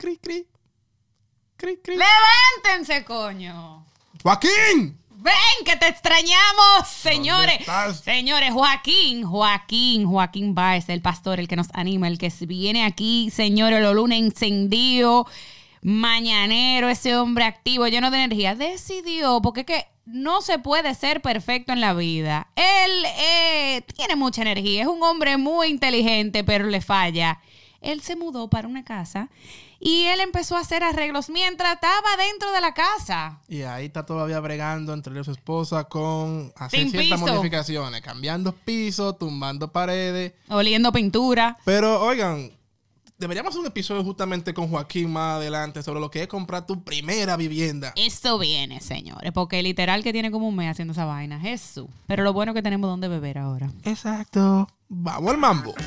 cri, cri. Cri, cri. ¡Levántense, coño! ¡Joaquín! ¡Ven, que te extrañamos, señores! ¿Dónde estás? Señores, Joaquín Baez, el pastor, el que nos anima, el que viene aquí, señores, los lunes encendido, mañanero, ese hombre activo, lleno de energía, decidió, porque es que no se puede ser perfecto en la vida. Él tiene mucha energía, es un hombre muy inteligente, pero le falla. Él se mudó para una casa y él empezó a hacer arreglos mientras estaba dentro de la casa. Y ahí está todavía bregando entre él y su esposa con hacer Sin ciertas piso. modificaciones, cambiando pisos, tumbando paredes. Oliendo pintura. Pero, oigan, deberíamos hacer un episodio justamente con Joaquín más adelante sobre lo que es comprar tu primera vivienda. Esto viene, señores, porque literal que tiene como un mes haciendo esa vaina. Jesús. Pero lo bueno es que tenemos donde beber ahora. Exacto. Vamos al mambo.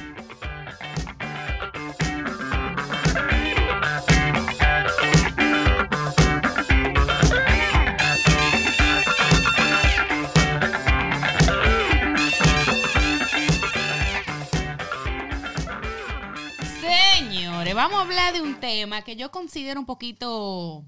Señores, vamos a hablar de un tema que yo considero un poquito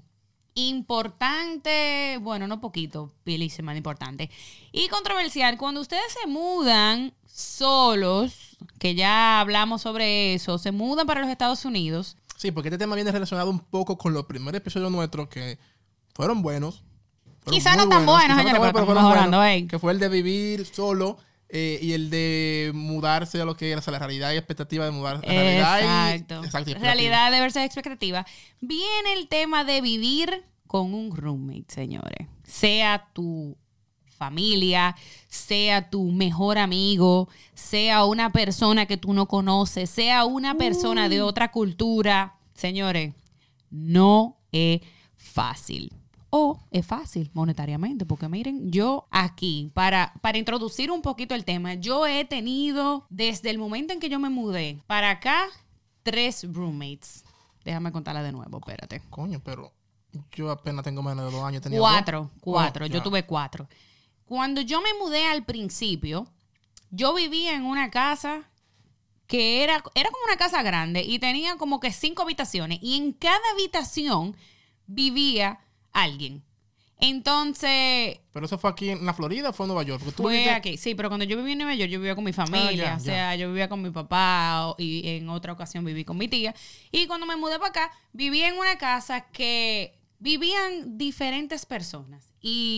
importante, bueno, no poquito, pilísima, importante, y controversial. Cuando ustedes se mudan solos, que ya hablamos sobre eso, se mudan para los Estados Unidos. Sí, porque este tema viene relacionado un poco con los primeros episodios nuestros que fueron buenos. Quizá muy no tan buenos, quizá no señores, tan pero fueron estamos mejorando, buenos, que fue el de vivir solo y el de mudarse a lo que era, o sea, la realidad y expectativa de mudarse. Exacto. Exacto. Realidad de versus expectativa. Viene el tema de vivir con un roommate, señores. Sea tu familia, sea tu mejor amigo, sea una persona que tú no conoces, sea una persona de otra cultura. Señores, no es fácil. O es fácil monetariamente, porque miren, yo aquí, para introducir un poquito el tema, yo he tenido, desde el momento en que yo me mudé para acá, 3 roommates. Déjame contarla de nuevo, espérate. Coño, pero yo apenas tengo menos de 2 años. Tenía 4. Oh, Yo tuve 4. Cuando yo me mudé al principio, yo vivía en una casa que era como una casa grande y tenía como que 5 habitaciones. Y en cada habitación vivía alguien. Entonces... ¿Pero eso fue aquí en la Florida o fue en Nueva York? Porque tú Fue viviste... aquí, sí, pero cuando yo viví en Nueva York, yo vivía con mi familia. Ya. O sea, yo vivía con mi papá y en otra ocasión viví con mi tía. Y cuando me mudé para acá, vivía en una casa que vivían diferentes personas.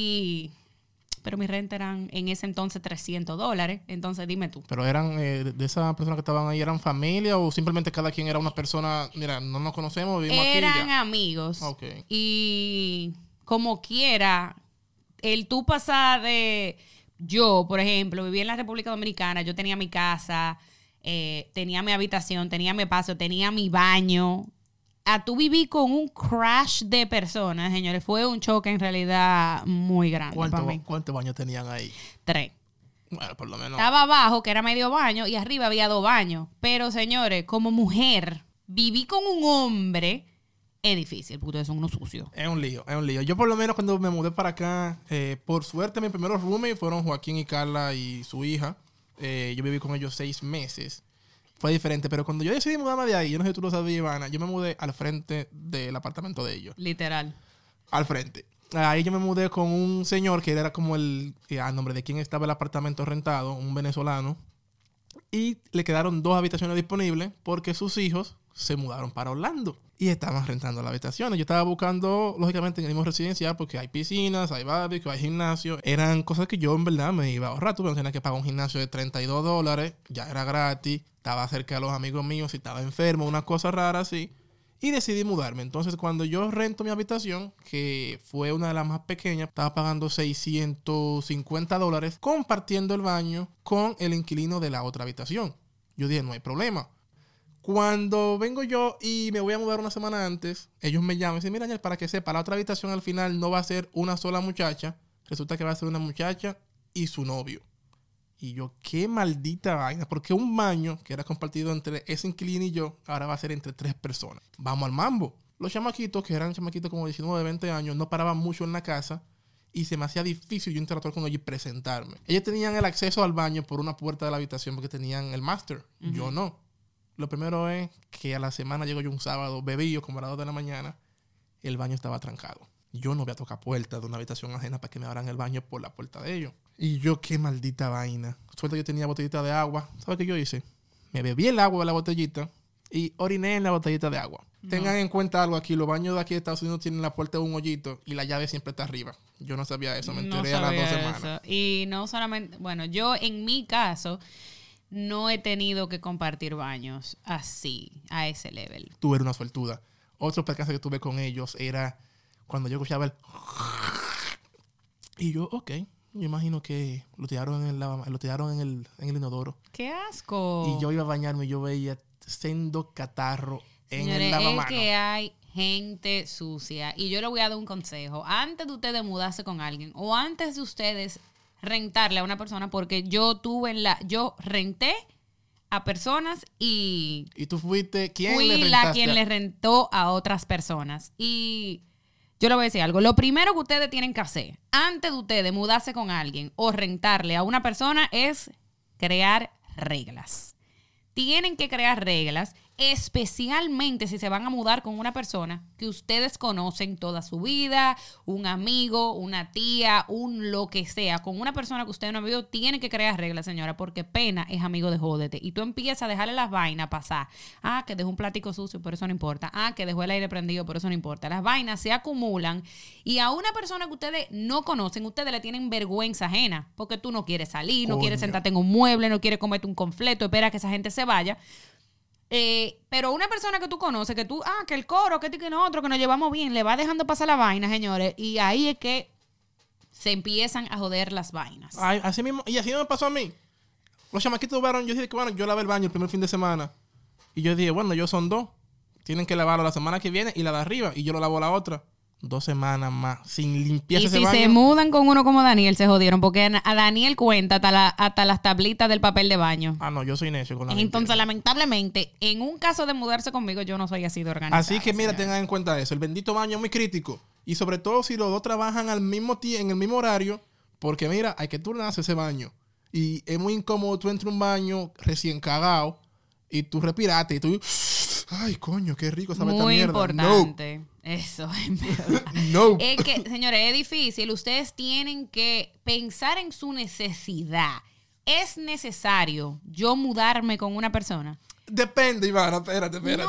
Pero mi renta eran en ese entonces $300. Entonces, dime tú. ¿Pero eran de esas personas que estaban ahí, eran familia o simplemente cada quien era una persona, mira, no nos conocemos, vivimos aquí y Eran ya? amigos. Ok. Y como quiera, el tú pasar de... Yo, por ejemplo, vivía en la República Dominicana, yo tenía mi casa, tenía mi habitación, tenía mi espacio, tenía mi baño. A tú viví con un crash de personas, señores, fue un choque en realidad muy grande para mí. ¿Cuántos baños tenían ahí? 3. Bueno, por lo menos. Estaba abajo, que era medio baño, y arriba había 2 baños. Pero, señores, como mujer, viví con un hombre... Es difícil, porque ustedes son unos sucios. Es un lío. Yo por lo menos cuando me mudé para acá, por suerte mis primeros roommates fueron Joaquín y Carla y su hija. Yo viví con ellos 6 meses. Fue diferente, pero cuando yo decidí mudarme de ahí, yo no sé si tú lo sabías, Ivana, yo me mudé al frente del apartamento de ellos. Literal. Al frente. Ahí yo me mudé con un señor que era como al nombre de quien estaba el apartamento rentado, un venezolano. Y le quedaron 2 habitaciones disponibles porque sus hijos se mudaron para Orlando y estaban rentando las habitaciones. Yo estaba buscando, lógicamente, en el mismo residencial porque hay piscinas, hay barbecue, hay gimnasio. Eran cosas que yo, en verdad, me iba a ahorrar. Tú tenía que pagar un gimnasio de $32, ya era gratis, estaba cerca de los amigos míos, si estaba enfermo, una cosa rara así. Y decidí mudarme. Entonces, cuando yo rento mi habitación, que fue una de las más pequeñas, estaba pagando $650 compartiendo el baño con el inquilino de la otra habitación. Yo dije, no hay problema. Cuando vengo yo y me voy a mudar una semana antes, ellos me llaman y dicen, mira, Daniel, para que sepa, la otra habitación al final no va a ser una sola muchacha. Resulta que va a ser una muchacha y su novio. Y yo, qué maldita vaina. Porque un baño que era compartido entre ese inquilino y yo, ahora va a ser entre 3 personas. Vamos al mambo. Los chamaquitos, que eran chamaquitos como 19, 20 años, no paraban mucho en la casa. Y se me hacía difícil yo interactuar con ellos y presentarme. Ellos tenían el acceso al baño por una puerta de la habitación porque tenían el máster. Yo no. Lo primero es que a la semana llego yo un sábado, bebí yo como a las 2 de la mañana, el baño estaba trancado. Yo no voy a tocar puerta de una habitación ajena para que me abran el baño por la puerta de ellos. Y yo, qué maldita vaina. Suerte yo tenía botellita de agua. ¿Sabes qué yo hice? Me bebí el agua de la botellita y oriné en la botellita de agua. No. Tengan en cuenta algo aquí. Los baños de aquí de Estados Unidos tienen la puerta de un hoyito y la llave siempre está arriba. Yo no sabía eso. Me enteré a las 2 semanas. Y no solamente... Bueno, yo en mi caso no he tenido que compartir baños así, a ese level. Tú eres una suertuda. Otro percance que tuve con ellos era cuando yo escuchaba el... Y yo, ok... Yo imagino que lo tiraron en el inodoro. ¡Qué asco! Y yo iba a bañarme y yo veía sendo catarro Señores, en el lavamanos. Es que hay gente sucia. Y yo le voy a dar un consejo. Antes de ustedes mudarse con alguien o antes de ustedes rentarle a una persona, porque yo renté a personas y... Y tú fuiste quien le rentaste. Fui la quien le rentó a otras personas. Y... Yo le voy a decir algo. Lo primero que ustedes tienen que hacer antes de ustedes mudarse con alguien o rentarle a una persona es crear reglas. Tienen que crear reglas, especialmente si se van a mudar con una persona que ustedes conocen toda su vida, un amigo, una tía, un lo que sea. Con una persona que ustedes no han visto, tienen que crear reglas, señora, porque pena es amigo de jódete. Y tú empiezas a dejarle las vainas pasar. Ah, que dejó un plático sucio, pero eso no importa. Ah, que dejó el aire prendido, pero eso no importa. Las vainas se acumulan y a una persona que ustedes no conocen, ustedes le tienen vergüenza ajena, porque tú no quieres salir, no quieres sentarte en un mueble, no quieres comerte un confleto, espera que esa gente se vaya. Pero una persona que tú conoces, que tú, que el coro, que otro, que nos llevamos bien, le va dejando pasar la vaina, señores, y ahí es que se empiezan a joder las vainas. Ay, así mismo, y así me pasó a mí. Los chamaquitos yo dije que yo lavé el baño el primer fin de semana. Y yo dije, bueno, ellos son 2. Tienen que lavarlo la semana que viene y la de arriba, y yo lo lavo la otra. 2 semanas más sin limpiarse ese baño. Y si se mudan con uno como Daniel, se jodieron. Porque a Daniel cuenta hasta las tablitas del papel de baño. Ah, no, yo soy necio con la Entonces, limpieza. Lamentablemente, en un caso de mudarse conmigo, yo no soy así de organizada. Así que, mira, tengan en cuenta eso. El bendito baño es muy crítico. Y sobre todo si los dos trabajan al mismo en el mismo horario. Porque, mira, hay que turnarse ese baño. Y es muy incómodo tú entras a un baño recién cagado y tú respiraste y tú... Ay, coño, qué rico sabe esta mierda. Muy importante. No. Eso, en verdad. No. Es que, señores, es difícil. Ustedes tienen que pensar en su necesidad. ¿Es necesario yo mudarme con una persona? Depende, Ivana, espérate. No.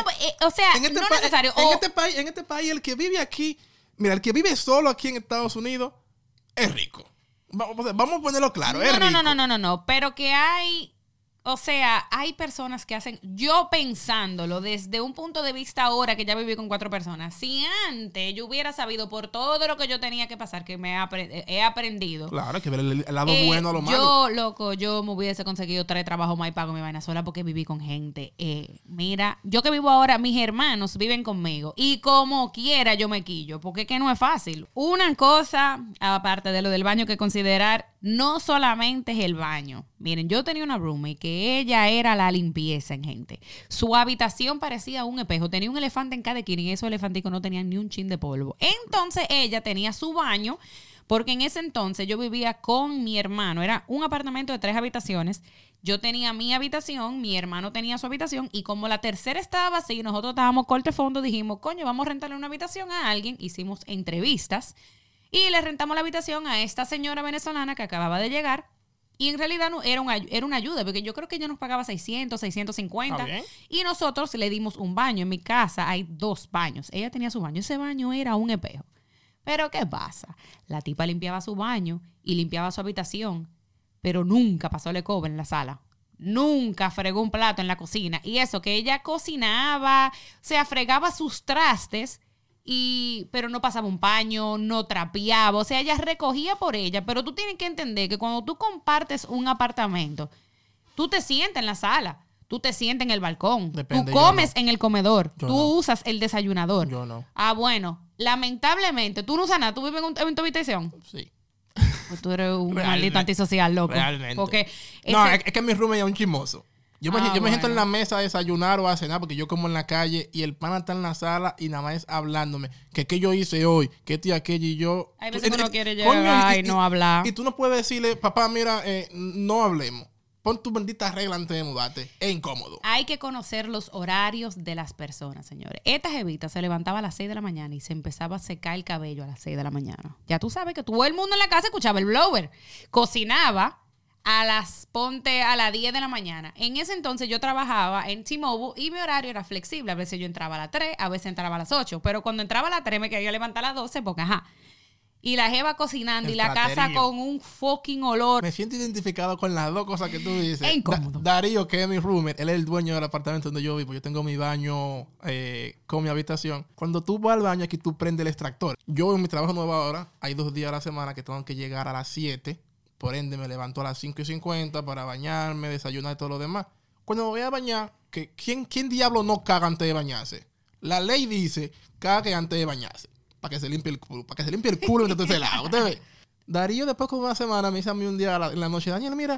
O sea, no es necesario. En este país, el que vive aquí... Mira, el que vive solo aquí en Estados Unidos es rico. Vamos a ponerlo claro, es rico. No. Pero que hay... O sea, hay personas que hacen, yo pensándolo desde un punto de vista ahora que ya viví con 4 personas, si antes yo hubiera sabido por todo lo que yo tenía que pasar, que he aprendido. Claro, hay que ver el lado bueno a lo malo. Yo me hubiese conseguido 3 trabajos más y pago mi vaina sola porque viví con gente. Mira, yo que vivo ahora, mis hermanos viven conmigo y como quiera yo me quillo, porque es que no es fácil. Una cosa, aparte de lo del baño, que considerar, no solamente es el baño. Miren, yo tenía una roommate que ella era la limpieza en gente. Su habitación parecía un espejo. Tenía un elefante en cada esquina y esos elefanticos no tenían ni un chin de polvo. Entonces ella tenía su baño, porque en ese entonces yo vivía con mi hermano. Era un apartamento de 3 habitaciones. Yo tenía mi habitación, mi hermano tenía su habitación y como la tercera estaba vacía y nosotros estábamos corto de fondo, dijimos, coño, vamos a rentarle una habitación a alguien. Hicimos entrevistas y le rentamos la habitación a esta señora venezolana que acababa de llegar. Y en realidad no, era una ayuda, porque yo creo que ella nos pagaba 600, 650. Y nosotros le dimos un baño. En mi casa hay 2 baños. Ella tenía su baño. Ese baño era un espejo. Pero ¿qué pasa? La tipa limpiaba su baño y limpiaba su habitación, pero nunca pasó el cobre en la sala. Nunca fregó un plato en la cocina. Y eso, que ella cocinaba, o sea, fregaba sus trastes, pero no pasaba un paño, no trapeaba, o sea, ella recogía por ella. Pero tú tienes que entender que cuando tú compartes un apartamento, tú te sientas en la sala, tú te sientas en el balcón, depende, tú comes en el comedor, yo tú no. usas el desayunador. Yo no. Bueno, lamentablemente, tú no usas nada, tú vives en tu habitación. Sí. Pues tú eres un maldito antisocial, loco. Realmente. Porque no, es que mi roommate es un chismoso. Yo me siento en bueno. la mesa a desayunar o a cenar porque yo como en la calle y el pana está en la sala y nada más hablándome. Que qué yo hice hoy, que esto y aquello y yo... Hay veces que uno quiere llegar y no hablar. Y tú no puedes decirle, papá, mira, no hablemos. Pon tu bendita regla antes de mudarte. Es incómodo. Hay que conocer los horarios de las personas, señores. Esta jevita se levantaba a las 6 de la mañana y se empezaba a secar el cabello a las 6 de la mañana. Ya tú sabes que todo el mundo en la casa escuchaba el blower. Cocinaba ponte a las 10 de la mañana. En ese entonces yo trabajaba en T-Mobile y mi horario era flexible. A veces yo entraba a las 3, a veces entraba a las 8. Pero cuando entraba a las 3 me quería levantar a las 12 porque, Y la jeva cocinando y la casa con un fucking olor. Me siento identificado con las dos cosas que tú dices. Es incómodo. Darío, que es mi roommate, él es el dueño del apartamento donde yo vivo. Yo tengo mi baño con mi habitación. Cuando tú vas al baño, aquí tú prendes el extractor. Yo en mi trabajo nuevo ahora, hay 2 días a la semana que tengo que llegar a las 7. Por ende, me levanto a las 5:50 para bañarme, desayunar y todo lo demás. Cuando me voy a bañar, ¿quién diablo no caga antes de bañarse? La ley dice, cague antes de bañarse. Para que se limpie el culo. Para que se limpie el culo mientras tú se lava. ¿Usted ve? Darío, después de una semana, me dice a mí un día en la noche, Daniel, mira,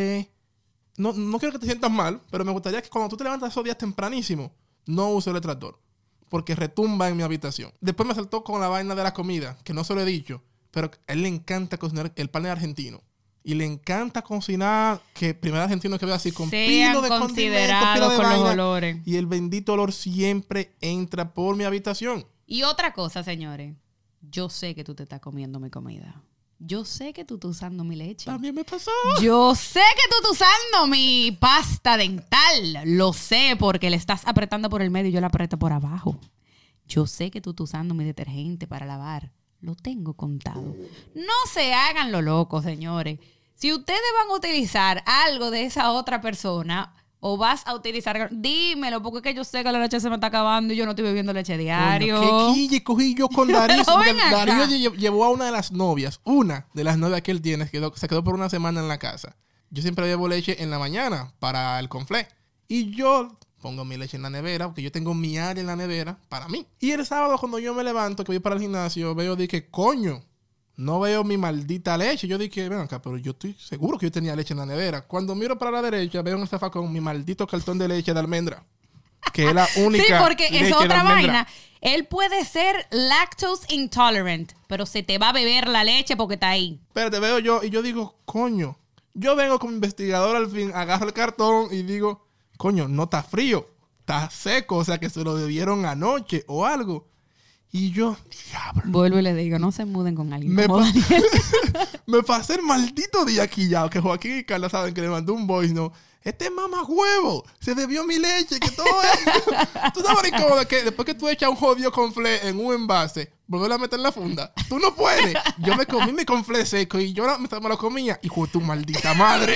no quiero que te sientas mal, pero me gustaría que cuando tú te levantas esos días tempranísimo, no uses el extractor. Porque retumba en mi habitación. Después me saltó con la vaina de la comida, que no se lo he dicho. Pero a él le encanta cocinar el pan argentino. Y le encanta cocinar, que primer argentino que veo así, con pilo de condimentos, pilo de con vaina. los olores. Y el bendito olor siempre entra por mi habitación. Y otra cosa, señores. Yo sé que tú te estás comiendo mi comida. Yo sé que tú estás usando mi leche. También me pasó. Yo sé que tú estás usando mi pasta dental. Lo sé porque le estás apretando por el medio y yo la aprieto por abajo. Yo sé que tú estás usando mi detergente para lavar. Lo tengo contado. No se hagan lo loco, señores. Si ustedes van a utilizar algo de esa otra persona o vas a utilizar, dímelo, porque es que yo sé que la leche se me está acabando y yo no estoy bebiendo leche diario. Coño, ¿qué quille cogí yo con Darío? Darío Darío llevó a una de las novias que él tiene, se quedó por una semana en la casa. Yo siempre llevo leche en la mañana para el conflé. Y yo pongo mi leche en la nevera, porque yo tengo mi área en la nevera para mí. Y el sábado, cuando yo me levanto, que voy para el gimnasio, veo, dije, coño, no veo mi maldita leche. Yo dije, ven acá, pero yo estoy seguro que yo tenía leche en la nevera. Cuando miro para la derecha, veo en el zafacón mi maldito cartón de leche de almendra. Que es la única. Sí, porque leche es otra de almendra. vaina. Él puede ser lactose intolerant, pero se te va a beber la leche porque está ahí. Pero te veo yo y yo digo, coño, yo vengo como investigador al fin, agarro el cartón y digo, coño, no está frío, está seco, o sea que se lo bebieron anoche o algo. Y yo, diablo. Vuelvo y le digo, no se muden con alguien Me, como Daniel. me pasé el maldito día aquí ya, que Joaquín y Carla saben que le mandó un voice, ¿no? Este mamá huevo, se bebió mi leche, que todo es... Tú sabes incómodo que después que tú echas un jodido conflé en un envase, volver a meter en la funda. Tú no puedes. Yo me comí mi conflé seco y yo me lo comía. Hijo de tu maldita madre.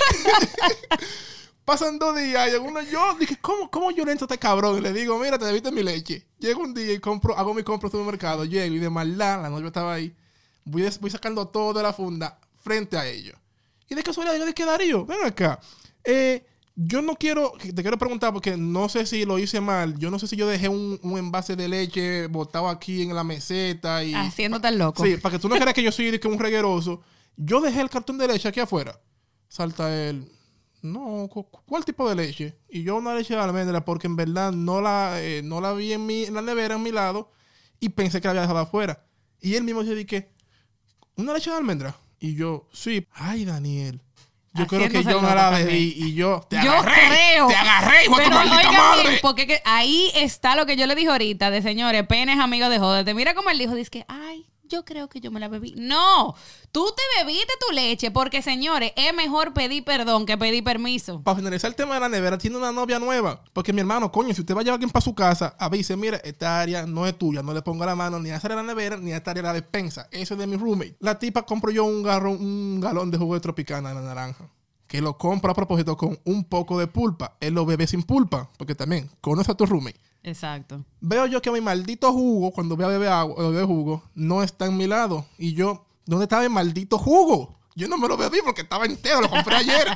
Pasan 2 días y yo dije, ¿cómo yo le entro a este cabrón? Y le digo, mira, te debiste mi leche. Llego un día y hago mi compra en el supermercado. Llego y de maldad, la novia estaba ahí. Voy sacando todo de la funda frente a ellos. Y de casualidad, yo dije, Darío, ven acá. Yo no quiero, te quiero preguntar porque no sé si lo hice mal. Yo no sé si yo dejé un envase de leche botado aquí en la meseta y... Haciéndote el loco. Sí, para que tú no creas que yo soy un regueroso. Yo dejé el cartón de leche aquí afuera. Salta él. No, ¿cuál tipo de leche? Y yo una leche de almendra porque en verdad no la vi en la nevera a mi lado y pensé que la había dejado afuera. Y él mismo dice que, ¿una leche de almendra? Y yo, sí. Ay, Daniel. Yo creo que yo me la bebí y yo te agarré, hijo de tu maldita madre. Bien, porque que ahí está lo que yo le dije ahorita de señores, penes amigos de jódete. Mira cómo él dijo, dice que, ay, yo creo que yo me la bebí. No, tú te bebiste tu leche porque, señores, es mejor pedir perdón que pedir permiso. Para finalizar el tema de la nevera, tiene una novia nueva. Porque mi hermano, coño, si usted va a llevar a alguien para su casa, avise, mira, esta área no es tuya. No le ponga la mano ni a esa área de la nevera, ni a esta área de la despensa. Eso es de mi roommate. La tipa compró yo un galón de jugo de Tropicana de la naranja. Que lo compra a propósito con un poco de pulpa. Él lo bebe sin pulpa. Porque también, conoce a tu roommate. Exacto. Veo yo que mi maldito jugo, cuando voy a beber agua o beber jugo, no está en mi lado. Y yo, ¿dónde estaba el maldito jugo? Yo no me lo bebí porque estaba entero, lo compré ayer.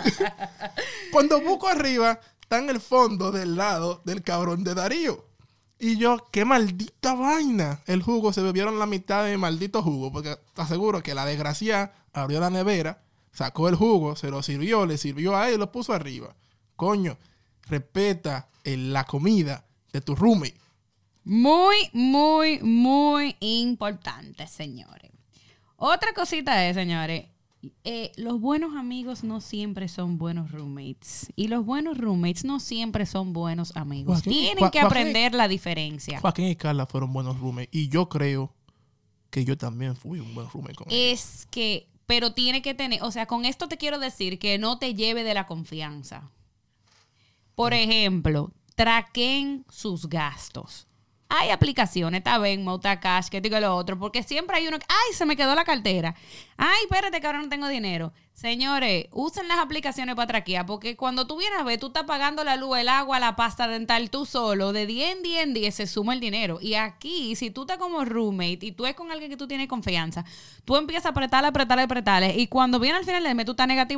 Cuando busco arriba, está en el fondo del lado del cabrón de Darío. Y yo, qué maldita vaina. El jugo, se bebieron la mitad de mi maldito jugo. Porque te aseguro que la desgracia abrió la nevera, sacó el jugo, se lo sirvió, le sirvió a él y lo puso arriba. Coño, respeta la comida de tu roommate. Muy, muy, muy importante, señores. Otra cosita es, señores, los buenos amigos no siempre son buenos roommates. Y los buenos roommates no siempre son buenos amigos. Tienen que aprender la diferencia. Joaquín y Carla fueron buenos roommates. Y yo creo que yo también fui un buen roommate con ellos. Es que, pero tiene que tener, o sea, con esto te quiero decir que no te lleve de la confianza. Por ejemplo, traquen sus gastos. Hay aplicaciones, está Venmo, está Cash, que digo lo otro, porque siempre hay uno que, ay, se me quedó la cartera. Ay, espérate que ahora no tengo dinero. Señores, usen las aplicaciones para traquear, porque cuando tú vienes a ver, tú estás pagando la luz, el agua, la pasta dental, tú solo, de 10 en 10 en 10 se suma el dinero. Y aquí, si tú estás como roommate y tú es con alguien que tú tienes confianza, tú empiezas a apretarle, y cuando viene al final del mes, tú estás negativo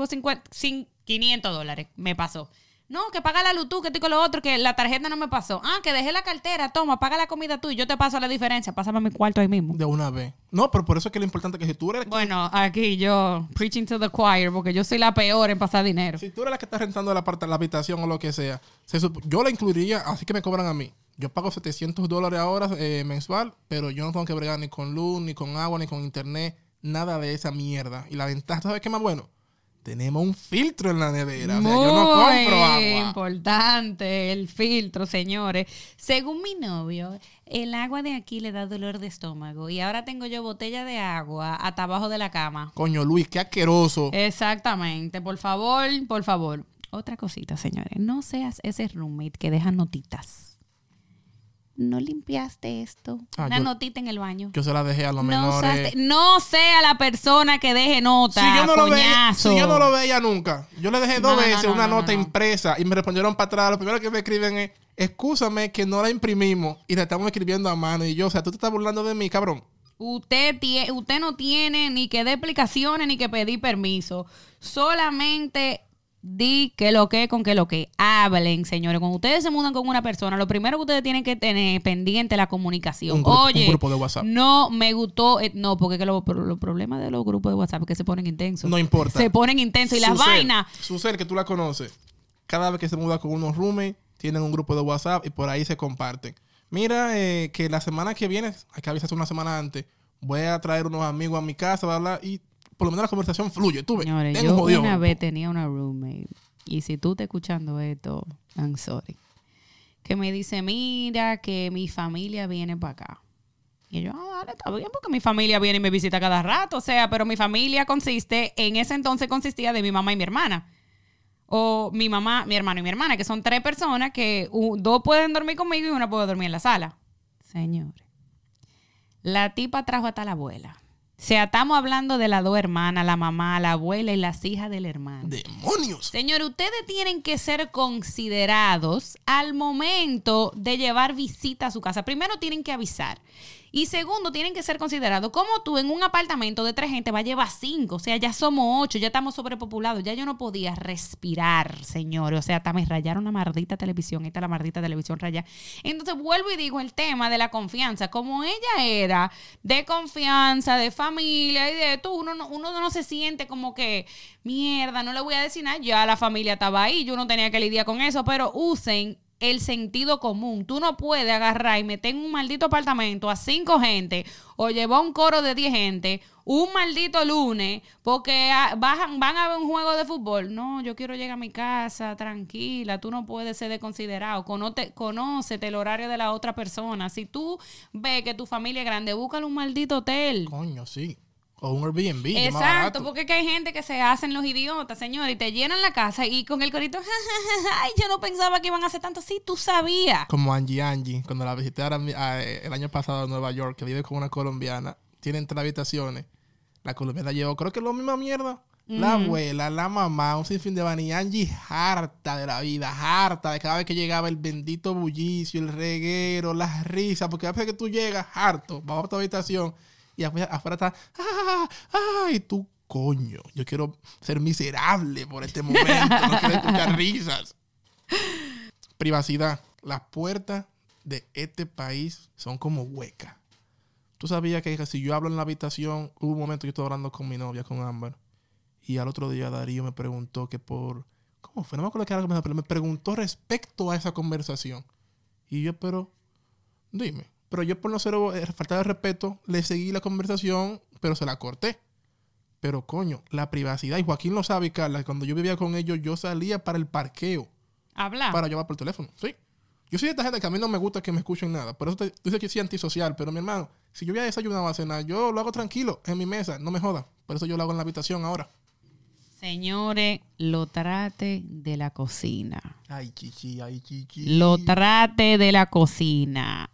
$500. Me pasó. No, que paga la luz tú, que estoy con lo otro, que la tarjeta no me pasó. Ah, que dejé la cartera, toma, paga la comida tú y yo te paso la diferencia. Pásame mi cuarto ahí mismo. De una vez. No, pero por eso es que lo importante es que si tú eres... Bueno, aquí yo preaching to the choir, porque yo soy la peor en pasar dinero. Si tú eres la que está rentando la habitación o lo que sea, yo la incluiría, así que me cobran a mí. Yo pago $700 ahora mensual, pero yo no tengo que bregar ni con luz, ni con agua, ni con internet, nada de esa mierda. Y la ventaja, ¿sabes qué más bueno? Tenemos un filtro en la nevera. O sea, yo no compro agua. Muy importante el filtro, señores. Según mi novio, el agua de aquí le da dolor de estómago. Y ahora tengo yo botella de agua hasta abajo de la cama. Coño, Luis, qué asqueroso. Exactamente. Por favor, por favor. Otra cosita, señores. No seas ese roommate que deja notitas. No limpiaste esto. Una notita en el baño. Yo se la dejé a los menores. No sea la persona que deje nota. Si yo no lo veía nunca. Yo le dejé dos veces una nota impresa y me respondieron para atrás. Lo primero que me escriben es, excúsame que no la imprimimos y la estamos escribiendo a mano. Y yo, o sea, tú te estás burlando de mí, cabrón. Usted no tiene ni que dar explicaciones ni que pedir permiso. Solamente di que lo que con que lo que hablen, señores. Cuando ustedes se mudan con una persona, lo primero que ustedes tienen que tener pendiente es la comunicación. Un grupo de WhatsApp. No me gustó, no, porque los problemas de los grupos de WhatsApp es que se ponen intensos. No importa. Se ponen intensos y las vainas. Su ser que tú la conoces, cada vez que se muda con unos roommates, tienen un grupo de WhatsApp y por ahí se comparten. Mira, que la semana que viene, hay que avisarse una semana antes, voy a traer unos amigos a mi casa, bla, bla, y por lo menos la conversación fluye. Tú ves. Señores, yo una vez tenía una roommate, y si tú estás escuchando esto, I'm sorry, que me dice, mira, que mi familia viene para acá. Y yo, dale, está bien, porque mi familia viene y me visita cada rato, o sea, pero mi familia en ese entonces consistía de mi mamá y mi hermana. O mi mamá, mi hermano y mi hermana, que son 3 personas que dos pueden dormir conmigo y una puede dormir en la sala. Señores, la tipa trajo hasta la abuela. O sea, estamos hablando de las 2 hermanas, la mamá, la abuela y las hijas del hermano. ¡Demonios! Señores, ustedes tienen que ser considerados al momento de llevar visita a su casa. Primero, tienen que avisar. Y segundo, tienen que ser considerados. Como tú en un apartamento de 3 gente vas a llevar 5. O sea, ya somos 8, ya estamos sobrepopulados. Ya yo no podía respirar, señores. O sea, hasta me rayaron la maldita televisión. Esta la maldita televisión rayada. Entonces, vuelvo y digo el tema de la confianza. Como ella era de confianza, de familia y de esto, uno no se siente como que, mierda, no le voy a decir nada. Ya la familia estaba ahí. Yo no tenía que lidiar con eso. Pero usen el sentido común. Tú no puedes agarrar y meter en un maldito apartamento a 5 gente o llevar un coro de 10 gente un maldito lunes porque van a ver un juego de fútbol. No, yo quiero llegar a mi casa tranquila. Tú no puedes ser desconsiderado. Conócete el horario de la otra persona. Si tú ves que tu familia es grande, búscale un maldito hotel. Coño, sí. O un Airbnb. Exacto, porque que hay gente que se hacen los idiotas, señor, y te llenan la casa y con el corito, ay, yo no pensaba que iban a hacer tanto. Sí, tú sabías. Como Angie, cuando la visité el año pasado en Nueva York, que vive con una colombiana, tienen 3 habitaciones. La colombiana llevó, creo que es la misma mierda. La abuela, la mamá, un sinfín de vanilla. Angie harta de la vida, harta de cada vez que llegaba el bendito bullicio, el reguero, las risas, porque a veces que tú llegas harto, vas a tu habitación y afuera está, y tú, coño, yo quiero ser miserable por este momento, no quiero escuchar risas. Privacidad. Las puertas de este país son como huecas. Tú sabías que si yo hablo en la habitación, hubo un momento que yo estaba hablando con mi novia, con Ámbar, y al otro día Darío me preguntó ¿cómo fue? No me acuerdo qué era, pero me preguntó respecto a esa conversación. Y yo, dime. Pero yo por no ser falta de respeto, le seguí la conversación, pero se la corté. Pero, coño, la privacidad. Y Joaquín lo sabe, Carla. Cuando yo vivía con ellos, yo salía para el parqueo. ¿Habla? Para llamar por teléfono. Sí. Yo soy de esta gente que a mí no me gusta que me escuchen nada. Por eso tú dices que soy antisocial. Pero, mi hermano, si yo voy a desayunar o a cenar, yo lo hago tranquilo en mi mesa. No me joda. Por eso yo lo hago en la habitación ahora. Señores, lo trate de la cocina. Ay, chichi, ay, chichi. Lo trate de la cocina.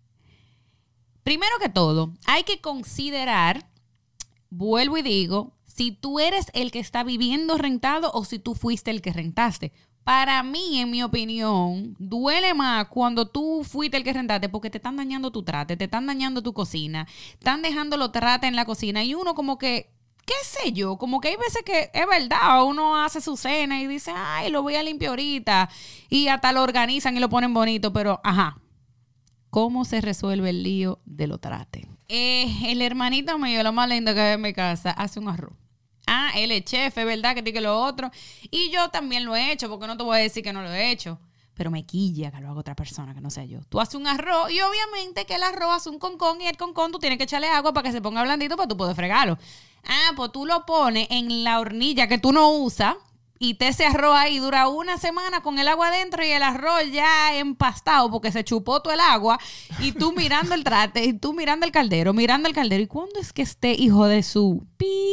Primero que todo, hay que considerar, vuelvo y digo, si tú eres el que está viviendo rentado o si tú fuiste el que rentaste. Para mí, en mi opinión, duele más cuando tú fuiste el que rentaste porque te están dañando tu trate, te están dañando tu cocina, están dejando los trates en la cocina y uno como que, qué sé yo, como que hay veces que es verdad, uno hace su cena y dice, ay, lo voy a limpiar ahorita y hasta lo organizan y lo ponen bonito, pero ajá, ¿cómo se resuelve el lío de los trates? El hermanito mío, lo más lindo que hay en mi casa, hace un arroz. Él es chef, es verdad que tiene que lo otro. Y yo también lo he hecho, porque no te voy a decir que no lo he hecho. Pero me quilla que lo haga otra persona, que no sea yo. Tú haces un arroz y obviamente que el arroz hace un concón y el concón tú tienes que echarle agua para que se ponga blandito para tú poder fregarlo. Pues tú lo pones en la hornilla que tú no usas y ese arroz ahí dura una semana con el agua adentro y el arroz ya empastado porque se chupó todo el agua y tú mirando el trate y tú mirando el caldero. ¿Y cuándo es que este hijo de su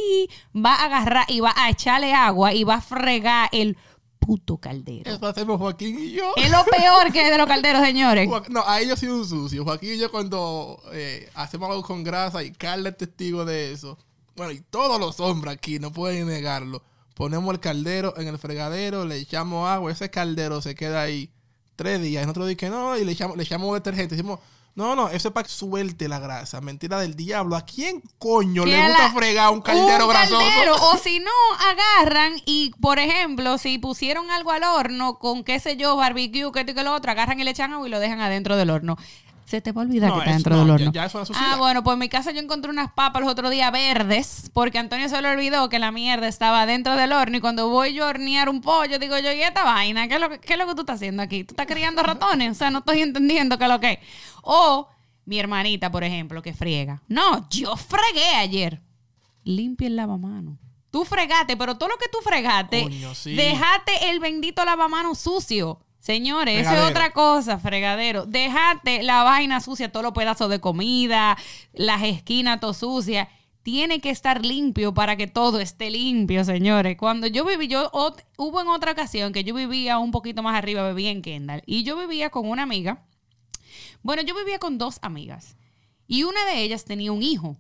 va a agarrar y va a echarle agua y va a fregar el puto caldero? Eso hacemos Joaquín y yo. Es lo peor que es de los calderos, señores. No, ahí yo soy un sucio. Joaquín y yo cuando hacemos algo con grasa y Carla es testigo de eso. Bueno, y todos los hombres aquí no pueden negarlo. Ponemos el caldero en el fregadero, le echamos agua, ese caldero se queda ahí 3 días. Y nosotros decimos que no, y le echamos detergente. Decimos, no, eso es para que suelte la grasa. Mentira del diablo. ¿A quién coño le gusta fregar un caldero grasoso? O si no, agarran y, por ejemplo, si pusieron algo al horno con, qué sé yo, barbecue, que esto y que lo otro, agarran y le echan agua y lo dejan adentro del horno. Se te va a olvidar que está dentro del horno. Ya eso es una suciedad. Bueno, pues en mi casa yo encontré unas papas los otros días verdes, porque Antonio se le olvidó que la mierda estaba dentro del horno y cuando voy yo a hornear un pollo, digo yo, ¿y esta vaina? ¿Qué es lo que tú estás haciendo aquí? ¿Tú estás criando ratones? O sea, no estoy entendiendo qué es lo que es. O mi hermanita, por ejemplo, que friega. No, yo fregué ayer. Limpia el lavamanos. Tú fregaste, pero todo lo que tú fregaste, coño, sí. Dejaste el bendito lavamanos sucio. Señores, Fregadero. eso es otra cosa, fregadero. Déjate la vaina sucia, todos los pedazos de comida, las esquinas todo sucias. Tiene que estar limpio para que todo esté limpio, señores. Cuando yo viví, hubo en otra ocasión que yo vivía un poquito más arriba, vivía en Kendall. Y yo vivía con una amiga. Bueno, yo vivía con 2 amigas. Y una de ellas tenía un hijo.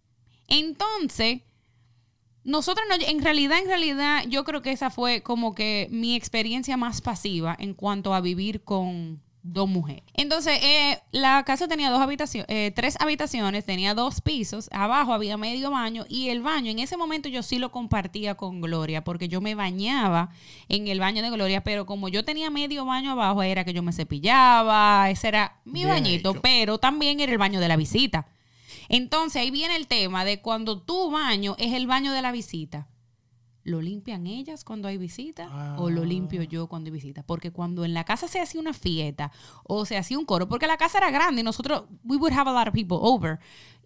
Entonces, nosotros no, en realidad, yo creo que esa fue como que mi experiencia más pasiva en cuanto a vivir con 2 mujeres. Entonces, la casa tenía 3 habitaciones, tenía 2 pisos, abajo había medio baño y el baño, en ese momento yo sí lo compartía con Gloria porque yo me bañaba en el baño de Gloria, pero como yo tenía medio baño abajo, era que yo me cepillaba, ese era mi Bien bañito, hecho. pero también era el baño de la visita. Entonces ahí viene el tema de cuando tu baño es el baño de la visita. ¿Lo limpian ellas cuando hay visita o lo limpio yo cuando hay visita? Porque cuando en la casa se hacía una fiesta o se hacía un coro, porque la casa era grande y nosotros, we would have a lot of people over.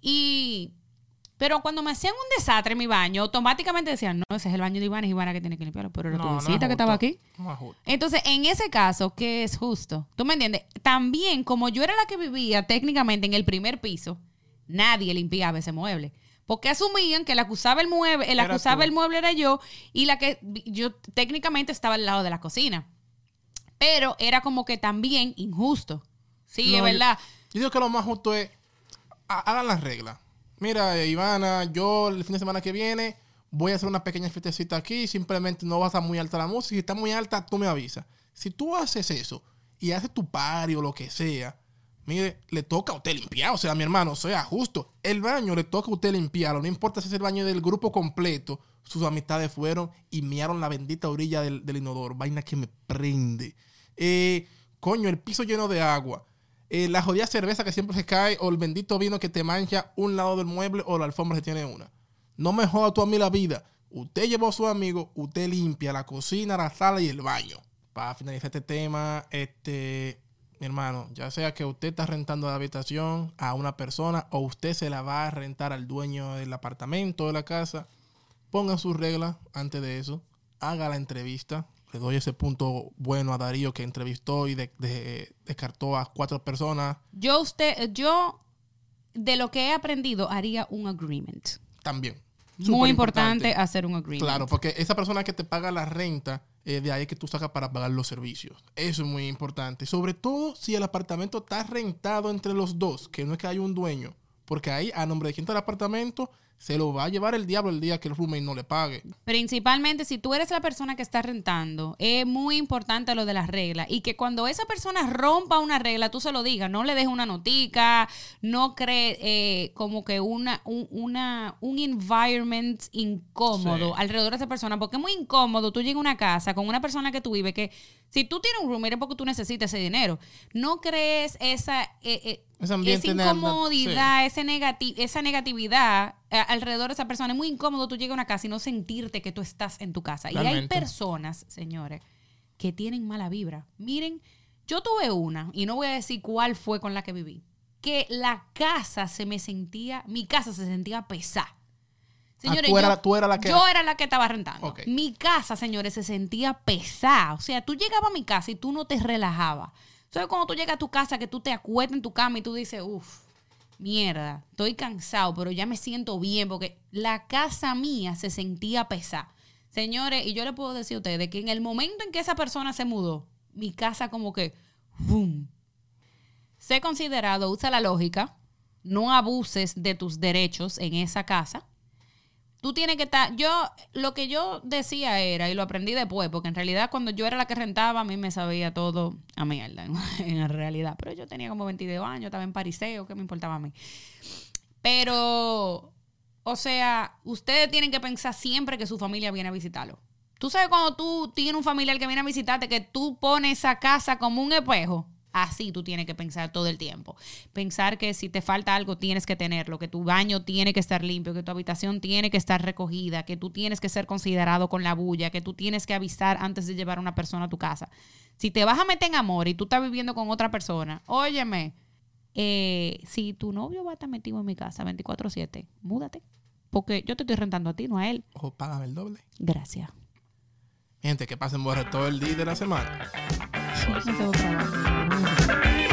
Pero cuando me hacían un desastre en mi baño, automáticamente decían, no, ese es el baño de Ivana, es Ivana que tiene que limpiarlo, pero era tu visita que estaba aquí. No es justo. Entonces, en ese caso, ¿qué es justo? ¿Tú me entiendes? También, como yo era la que vivía técnicamente en el primer piso, nadie limpiaba ese mueble. Porque asumían que el acusaba el mueble era yo y la que yo técnicamente estaba al lado de la cocina. Pero era como que también injusto. Sí, No, es verdad. Yo digo que lo más justo es hagan las reglas. Mira, Ivana, yo el fin de semana que viene voy a hacer una pequeña fiestecita aquí. Simplemente no va a estar muy alta la música. Si está muy alta, tú me avisas. Si tú haces eso y haces tu party o lo que sea, mire, le toca a usted limpiar. O sea, mi hermano, sea justo. El baño le toca a usted limpiarlo. No importa si es el baño del grupo completo. Sus amistades fueron y mearon la bendita orilla del inodoro. Vaina que me prende. Coño, el piso lleno de agua. La jodida cerveza que siempre se cae. O el bendito vino que te mancha un lado del mueble o la alfombra se tiene una. No me joda tú a mí la vida. Usted llevó a su amigo. Usted limpia la cocina, la sala y el baño. Para finalizar este tema, mi hermano, ya sea que usted está rentando la habitación a una persona o usted se la va a rentar al dueño del apartamento o de la casa, pongan sus reglas antes de eso. Haga la entrevista. Le doy ese punto bueno a Darío que entrevistó y descartó a 4 personas. Yo, de lo que he aprendido, haría un agreement. También. Muy importante hacer un agreement. Claro, porque esa persona que te paga la renta, de ahí es que tú sacas para pagar los servicios. Eso es muy importante. Sobre todo si el apartamento está rentado entre los dos, que no es que haya un dueño. Porque ahí, a nombre de quien está el apartamento, se lo va a llevar el diablo el día que el roommate no le pague. Principalmente si tú eres la persona que está rentando, es muy importante lo de las reglas. Y que cuando esa persona rompa una regla, tú se lo digas. No le dejes una notica, no cree como que un environment incómodo alrededor de esa persona. Porque es muy incómodo. Tú llegas a una casa con una persona que tú vives que si tú tienes un roommate es porque tú necesitas ese dinero. No crees esa incomodidad, esa negatividad alrededor de esa persona. Es muy incómodo tú llegas a una casa y no sentirte que tú estás en tu casa. Realmente. Y hay personas, señores, que tienen mala vibra. Miren, yo tuve una, y no voy a decir cuál fue con la que viví, que mi casa se sentía pesada. Señores, yo era la que estaba rentando. Okay. Mi casa, señores, se sentía pesada. O sea, tú llegabas a mi casa y tú no te relajabas. ¿Sabes cuando tú llegas a tu casa que tú te acuestas en tu cama y tú dices, mierda, estoy cansado, pero ya me siento bien? Porque la casa mía se sentía pesada. Señores, y yo le puedo decir a ustedes que en el momento en que esa persona se mudó, mi casa como que, ¡boom! Sé considerado, usa la lógica, no abuses de tus derechos en esa casa. Tú tienes que estar... Lo que yo decía era, y lo aprendí después, porque en realidad cuando yo era la que rentaba, a mí me sabía todo a mierda, en realidad. Pero yo tenía como 22 años, estaba en pariseo, ¿qué me importaba a mí? Pero, o sea, ustedes tienen que pensar siempre que su familia viene a visitarlo. Tú sabes cuando tú tienes un familiar que viene a visitarte, que tú pones esa casa como un espejo. Así tú tienes que pensar todo el tiempo. Pensar que si te falta algo tienes que tenerlo, que tu baño tiene que estar limpio, que tu habitación tiene que estar recogida, que tú tienes que ser considerado con la bulla, que tú tienes que avisar antes de llevar a una persona a tu casa. Si te vas a meter en amor y tú estás viviendo con otra persona, óyeme, si tu novio va a estar metido en mi casa 24/7, múdate. Porque yo te estoy rentando a ti, no a él. Ojo, págame el doble. Gracias. Gente, que pasen por todo el día de la semana. Sí, no tengo trabajo.